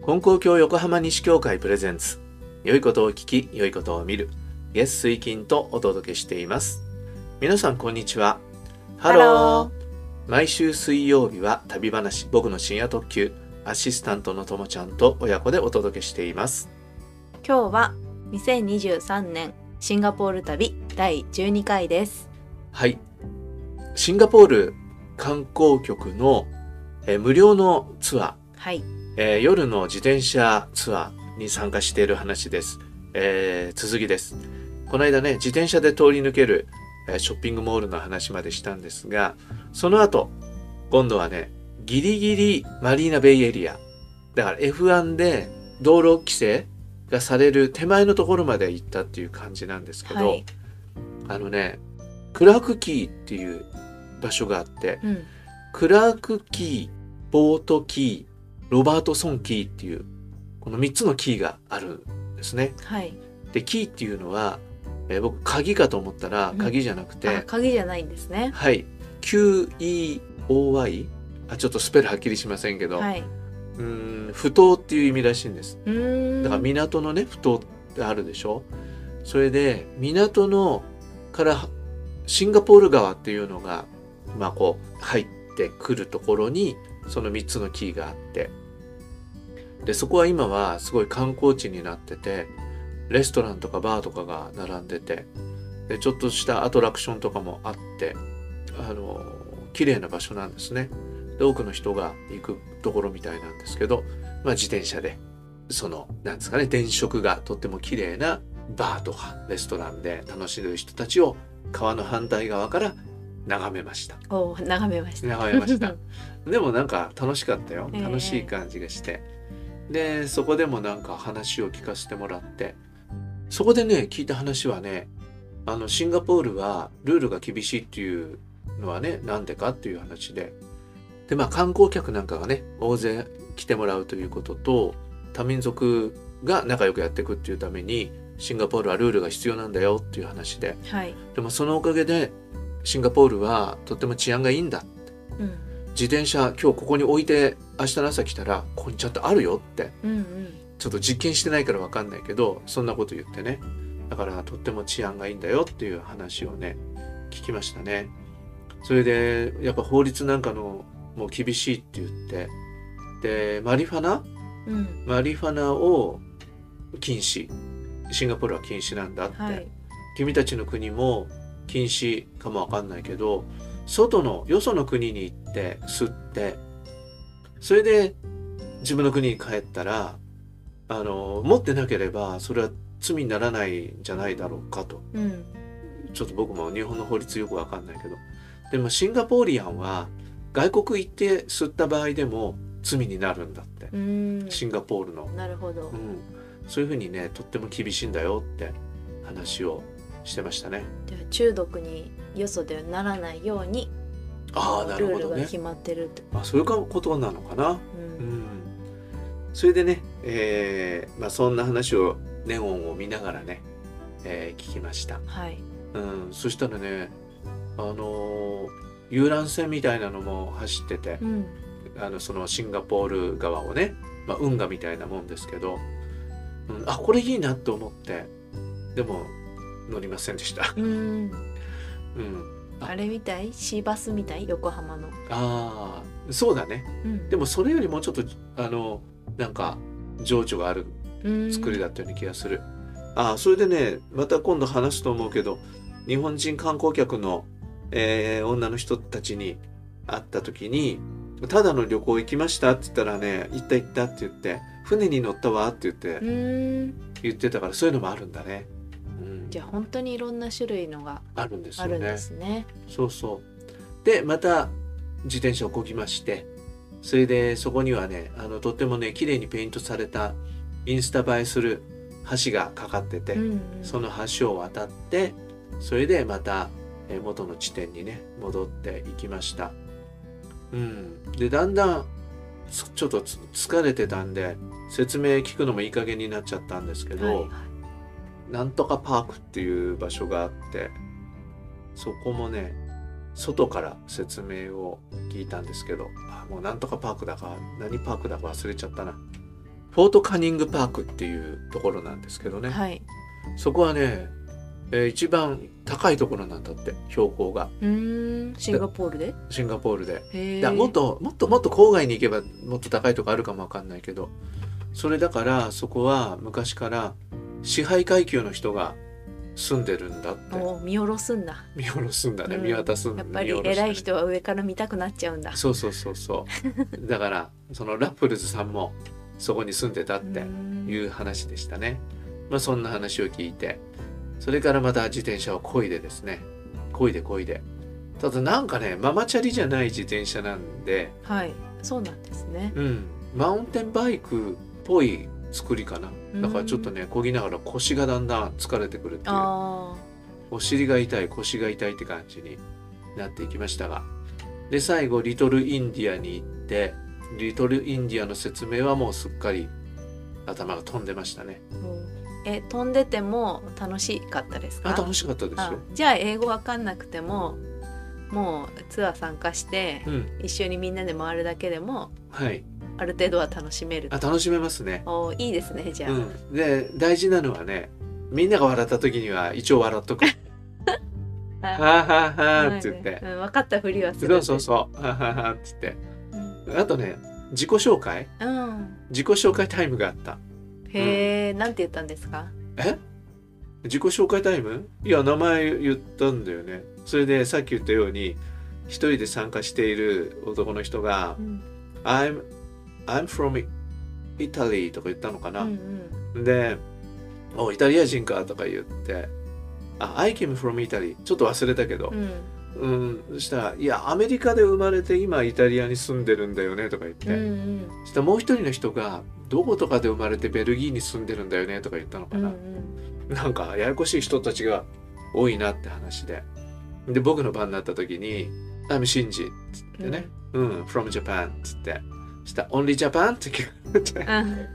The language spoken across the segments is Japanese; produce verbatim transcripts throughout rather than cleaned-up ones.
金光教横浜西教会プレゼンツ、良いことを聞き良いことを見る、月水金とお届けしています。皆さんこんにちは。ハロー。 ハロ毎週水曜日は旅話、僕の深夜特急、アシスタントのともちゃんと親子でお届けしています。 今日はにせんにじゅうさんねんシンガポール旅だいじゅうにかいです。 はい、シンガポール観光局の、えー無料のツアー、 はい、 えー夜の自転車ツアーに参加している話です。えー続きです。この間ね、自転車で通り抜ける、えーショッピングモールの話までしたんですが、その後今度はね、ギリギリマリーナベイエリアだから エフワン で道路規制がされる手前のところまで行ったっていう感じなんですけど、 はい、 あのね、クラークキーっていう場所があって、 うん、 クラークキー、ボートキー、ロバートソンキーっていうこのみっつのキーがあるんですね。 はい。 で、キーっていうのは、えー僕鍵かと思ったらうん鍵じゃなくて、 あ、鍵じゃないんですね。 はい、キューイーオーワイ、あ、ちょっとスペルはっきりしませんけど、 はい。 うーん、埠頭っていう意味らしいんです。 うーん。 だから港のね、埠頭ってあるでしょ。それで港のからシンガポール川っていうのがまあこう入ってくるところにそのみっつのキーがあって、でそこは今はすごい観光地になってて、レストランとかバーとかが並んでて、でちょっとしたアトラクションとかもあって、あの綺麗な場所なんですね。で多くの人が行くところみたいなんですけど、まあ、自転車でそのなんですかね、電飾がとっても綺麗なバーとかレストランで楽しんでる人たちを川の反対側から眺めました。 おー、眺めました。 眺めました。でもなんか楽しかったよ。 えー楽しい感じがして、でそこでもなんか話を聞かせてもらって、そこでね聞いた話はね、あのシンガポールはルールが厳しいっていうのはね、なんでかっていう話で、でまあ観光客なんかがね大勢来てもらうということと、多民族が仲良くやっていくっていうためにシンガポールはルールが必要なんだよっていう話で、 はい。 でもそのおかげでシンガポールはとっても治安がいいんだ。 うん。 自転車今日ここに置いて明日の朝来たらここにちゃんとあるよって、 うんうん。 ちょっと実験してないから分かんないけどそんなこと言ってね、だからとっても治安がいいんだよっていう話をね聞きましたね。それでやっぱ法律なんかのもう厳しいって言って、でマリファナうん。 マリファナを禁止、シンガポールは禁止なんだって、 はい。 君たちの国も禁止かもわかんないけど、外のよその国に行って吸って、それで自分の国に帰ったら、あの持ってなければそれは罪にならないんじゃないだろうかと。 うん。 ちょっと僕も日本の法律よくわかんないけど、でもシンガポーリアンは外国行って吸った場合でも罪になるんだって、 うーん。 シンガポールの、 なるほど。 うん、そういうふうにねとっても厳しいんだよって話をしてましたね。 では中毒によそでならないようにああ、なるルほどね。 ールが決まってるって。 あ、そういうことなのかな。 う。 うんん、それでね、えーまあ、そんな話をネオンを見ながらね、えー聞きました。 はい。 うん、そしたらね、あのー遊覧船みたいなのも走ってて、 うん。 あのそのシンガポール側をね、まあ、運河みたいなもんですけど、うん、あ、これいいなと思って、でも乗りませんでした。 うーん。 うんああれみたい、シーバスみたい、横浜の。 あー、そうだね。 うん。 でもそれよりもうちょっとあのなんか情緒があるうーん作りだったような気がする。ああ、それでね、また今度話すと思うけど、日本人観光客の、えー女の人たちに会った時に、ただの旅行行きましたって言ったらね、行った行ったって言って、船に乗ったわって言ってうーん。 言ってたから、そういうのもあるんだね。うん、 じゃあ本当にいろんな種類のがあるんですよね。 あるんですね。 そうそう。で、また自転車をこぎまして、それでそこにはね、あのとってもね、綺麗にペイントされたインスタ映えする橋がかかってて、 うんうん、 その橋を渡って、それでまたえー元の地点にね、戻っていきました。うん。で、だんだんつちょっとつ疲れてたんで、説明聞くのもいい加減になっちゃったんですけど、 はいはい。 なんとかパークっていう場所があって、そこもね、外から説明を聞いたんですけど、あ、もうなんとかパークだか何パークだか忘れちゃったな。 フォートカニングパークっていうところなんですけどね、 はい。 そこはね、えー一番高いところなんだって、標高がうーん、シンガポールで。 シンガポールで。 へえ。 だもっともっともっと郊外に行けばもっと高いとこあるかもわかんないけど、それだからそこは昔から支配階級の人が住んでるんだって。 お見下ろすんだ。 見下ろすんだね、 うん見渡すんだね、 やっぱり見下ろしてね偉い人は上から見たくなっちゃうんだ。 そうそうそうそうだからそのラッフルズさんもそこに住んでたっていう話でしたね。まあそんな話を聞いて、それからまた自転車を漕いでですね、漕いで漕いで、ただなんかねママチャリじゃない自転車なんで、 はい、そうなんですね。 うんマウンテンバイクっぽい作りかな。だからちょっとね漕ぎながら腰がだんだん疲れてくるっていう、 あお尻が痛い腰が痛いって感じになっていきましたが、で最後リトルインディアに行って、リトルインディアの説明はもうすっかり頭が飛んでましたね。 ーうんえ飛んでても楽しかったですか？ あ楽しかったですあよ。 じゃあ英語わかんなくてももうツアー参加して、 うん一緒にみんなで回るだけでもはいある程度は楽しめる。 あ楽しめますね。 おいいですねじゃあ、 うん、で大事なのはね、みんなが笑った時には一応笑っとくはああはあはあって言って、 うん、分かったふりはする。 そうそうそうはあはあはあって言って、あとね自己紹介うん、うん自己紹介タイムがあった。 へえ、なんて言ったんですか？ え自己紹介タイム？いや名前言ったんだよね。それでさっき言ったように一人で参加している男の人が、 うん I'm, I'm from Italy とか言ったのかな、 うんうんでおイタリア人かとか言って、あ I came from Italy ちょっと忘れたけど、 うんうん、そしたらいやアメリカで生まれて今イタリアに住んでるんだよねとか言って、 うんうんそしたらもう一人の人がどことかで生まれてベルギーに住んでるんだよねとか言ったのかな、 うんうんなんかややこしい人たちが多いなって話で、で僕の番になった時に「I'm Shinji」っつってね「うん、from Japan」っつってそしたら「Only Japan?」って聞かれてうん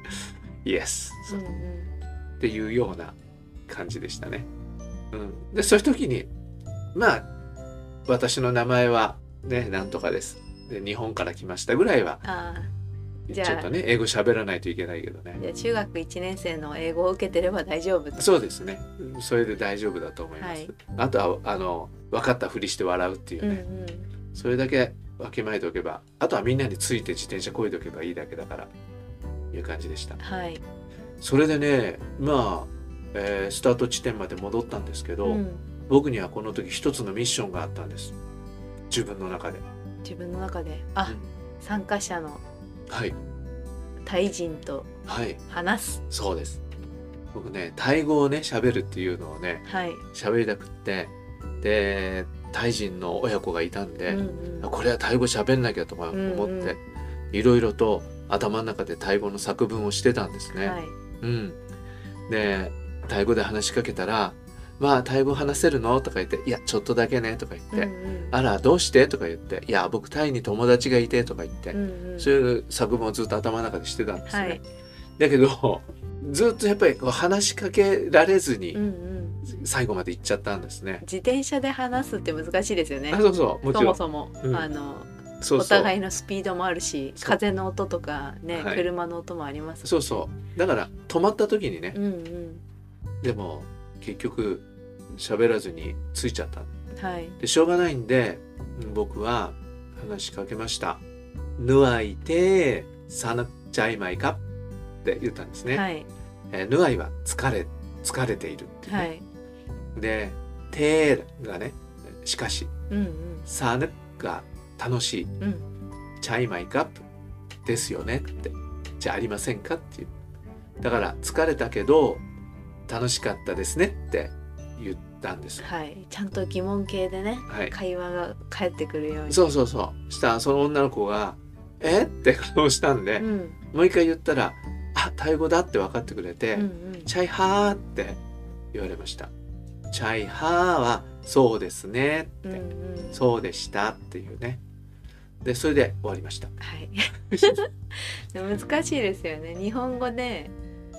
「Yes」 うんうんっていうような感じでしたね。うん、でそういう時にまあ私の名前はねなんとかですで日本から来ましたぐらいはあーじゃあちょっとね英語喋らないといけないけどね。 じゃあ中学いちねん生の英語を受けてれば大丈夫。 そうですね。それで大丈夫だと思います。 はいあとはあの分かったふりして笑うっていうね、 うんうんそれだけわきまえておけば、あとはみんなについて自転車こいでおけばいいだけだからいう感じでした。 はい。 それでねまあ、えースタート地点まで戻ったんですけど、 うん僕にはこの時一つのミッションがあったんです。自分の中で。 自分の中であ、 うん参加者のはいタイ人とはい話す。 そうです。僕ねタイ語をね喋るっていうのをねはい。 喋りたくってでタイ人の親子がいたんで、 うんうんあこれはタイ語喋んなきゃとか思って、 うんうんいろいろと頭の中でタイ語の作文をしてたんですね。 はい。 うん、でタイ語で話しかけたら「まあタイ語話せるの?」とか言って「いやちょっとだけね」とか言って「 うんうんあらどうして?」とか言って「いや僕タイに友達がいて」とか言って、 うんうんそういう作文をずっと頭の中でしてたんですね。 はいだけどずっとやっぱりこう話しかけられずにうんうん最後まで行っちゃったんですね。 自転車で話すって難しいですよねあ。そうそうもちろんそもそも、 うんあのそうそうお互いのスピードもあるし、 そう風の音とかね、 はい車の音もありますし。 そうそうだから止まった時にね、 うんうんでも結局喋らずに着いちゃったはい。 でしょうがないんでうん僕は話しかけました「ぬあいてさなちゃいまいか?」って言ったんですね。 はいえーぬあいは疲れ疲れているっていうね、 はい。 で「て」がねしかしうんうん 「さぬ」が楽しいうん 「ちゃいまいか?」ですよねってじゃありませんかっていうだから疲れたけど楽しかったですねって言ったんです。 はい。ちゃんと疑問形でね、 はい会話が返ってくるように。 そうそうそうしたらその女の子が「えっ?」て顔したんで、 うんもう一回言ったら「あタイ語だ」って分かってくれてうんうん 「チャイハー」って言われました。チャイハーはそうですねって、 うんうんそうでしたっていうね。でそれで終わりました。 はい。でも難しいですよね。日本語で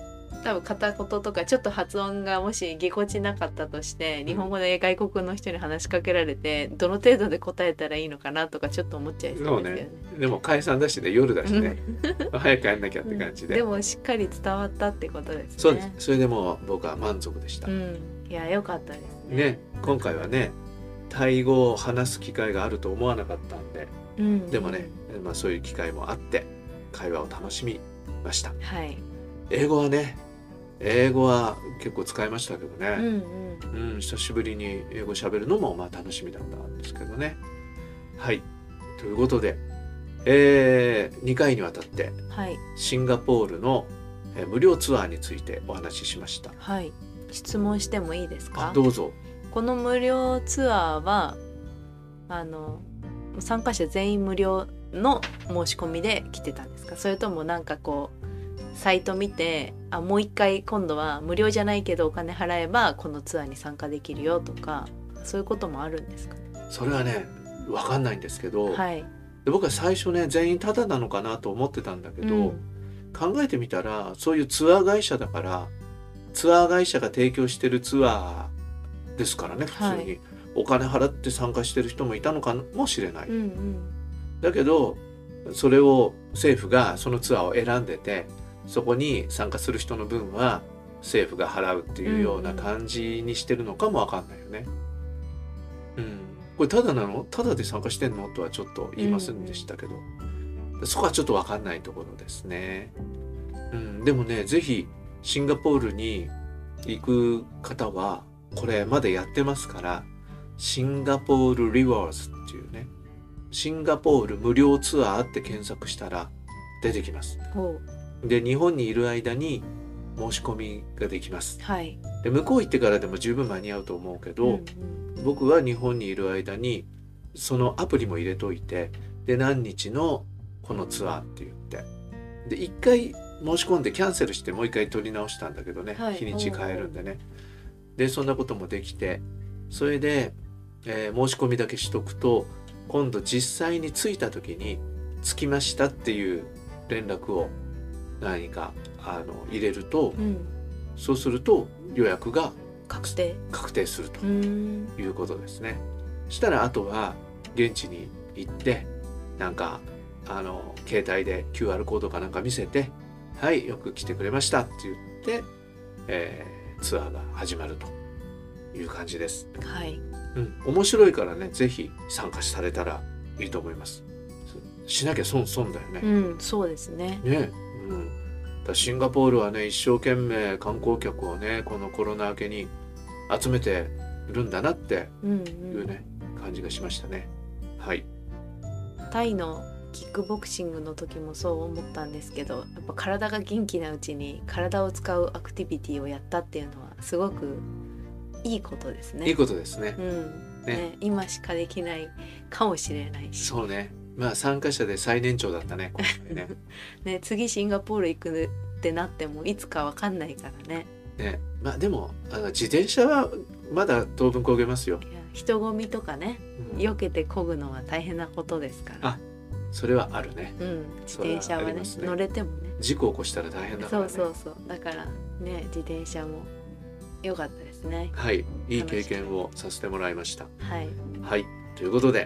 多分片言とかちょっと発音がもしぎこちなかったとして日本語で外国の人に話しかけられてどの程度で答えたらいいのかなとかちょっと思っちゃいそうですよね。 そうね。でも解散だしね、夜だしね早く帰んなきゃって感じで、 うん、でもしっかり伝わったってことですね。 そうです。それでも僕は満足でした、 うん、いや良かったですね。 ね、今回はねタイ語を話す機会があると思わなかったんで、うん、でもね、まあ、そういう機会もあって会話を楽しみました。 はい。 英語はね英語は結構使いましたけどね、 うんうんうん、久しぶりに英語喋るのもまあ楽しみだったんですけどね。はい、ということで、えー、にかいにわたってシンガポールの無料ツアーについてお話ししました。 はい、質問してもいいですか？ どうぞ。 この無料ツアーはあの参加者全員無料の申し込みで来てたんですか？それともなんかこうサイト見てあもう一回今度は無料じゃないけどお金払えばこのツアーに参加できるよとかそういうこともあるんですかね？ それはね分かんないんですけど、 はい、 で僕は最初ね全員タダなのかなと思ってたんだけど、うん、考えてみたらそういうツアー会社だからツアー会社が提供してるツアーですからね普通に、はい、お金払って参加してる人もいたのかもしれない、うんうん、だけどそれを政府がそのツアーを選んでてそこに参加する人の分は政府が払うっていうような感じにしてるのかもわかんないよね。うん、これタダなの？タダで参加してんの？とはちょっと言いませんでしたけど、うんうん、そこはちょっとわかんないところですね。うん、でもね、ぜひシンガポールに行く方はこれまでやってますから、シンガポールリワーズっていうね、シンガポール無料ツアーって検索したら出てきます。で日本にいる間に申し込みができます、はい、で向こう行ってからでも十分間に合うと思うけど、うんうん、僕は日本にいる間にそのアプリも入れといてで何日のこのツアーって言ってで一回申し込んでキャンセルしてもう一回取り直したんだけどね、はい、日にち変えるんでねでそんなこともできてそれで、えー、申し込みだけしとくと今度実際に着いた時に着きましたっていう連絡を何かあの入れると、うん、そうすると予約が確定確定するということですね。したらあとは現地に行ってなんかあの携帯で キューアール コードかなんか見せてはいよく来てくれましたって言って、えー、ツアーが始まるという感じです。 はい、 うん、面白いからねぜひ参加されたらいいと思います。しなきゃ損損だよね。 うん、そうですね。 ね、うん、だシンガポールはね一生懸命観光客をねこのコロナ明けに集めているんだなっていうね、うんうん、感じがしましたね。はい。 タイのキックボクシングの時もそう思ったんですけどやっぱ体が元気なうちに体を使うアクティビティをやったっていうのはすごくいいことですね。 いいことですね。 うんねね、今しかできないかもしれないし。 そうね。まあ参加者で最年長だったね今回ね。 ね次シンガポール行くってなってもいつかわかんないからね。 ねまあでもあの自転車はまだ当分漕げますよ。 いや人混みとかね、うん、避けて漕ぐのは大変なことですから。 あそれはあるね。 うん、自転車は ね, はね乗れてもね事故起こしたら大変だからね。 そうそうそうだからね自転車も良かったですね。 はいいい経験をさせてもらいました。 はい、 はい、ということで、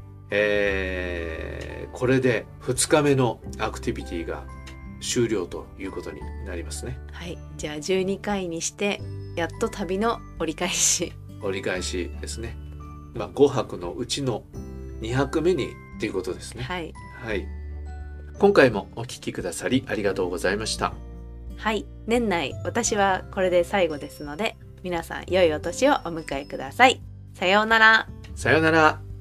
えー、これでふつかめのアクティビティが終了ということになりますね。 はいじゃあじゅうにかいにしてやっと旅の折り返し折り返しですね。まあごはくのうちのにはくめにということですね。 はい、 はい、今回もお聞きくださりありがとうございました。 はい年内私はこれで最後ですので皆さん良いお年をお迎えください。さようなら。 さようなら。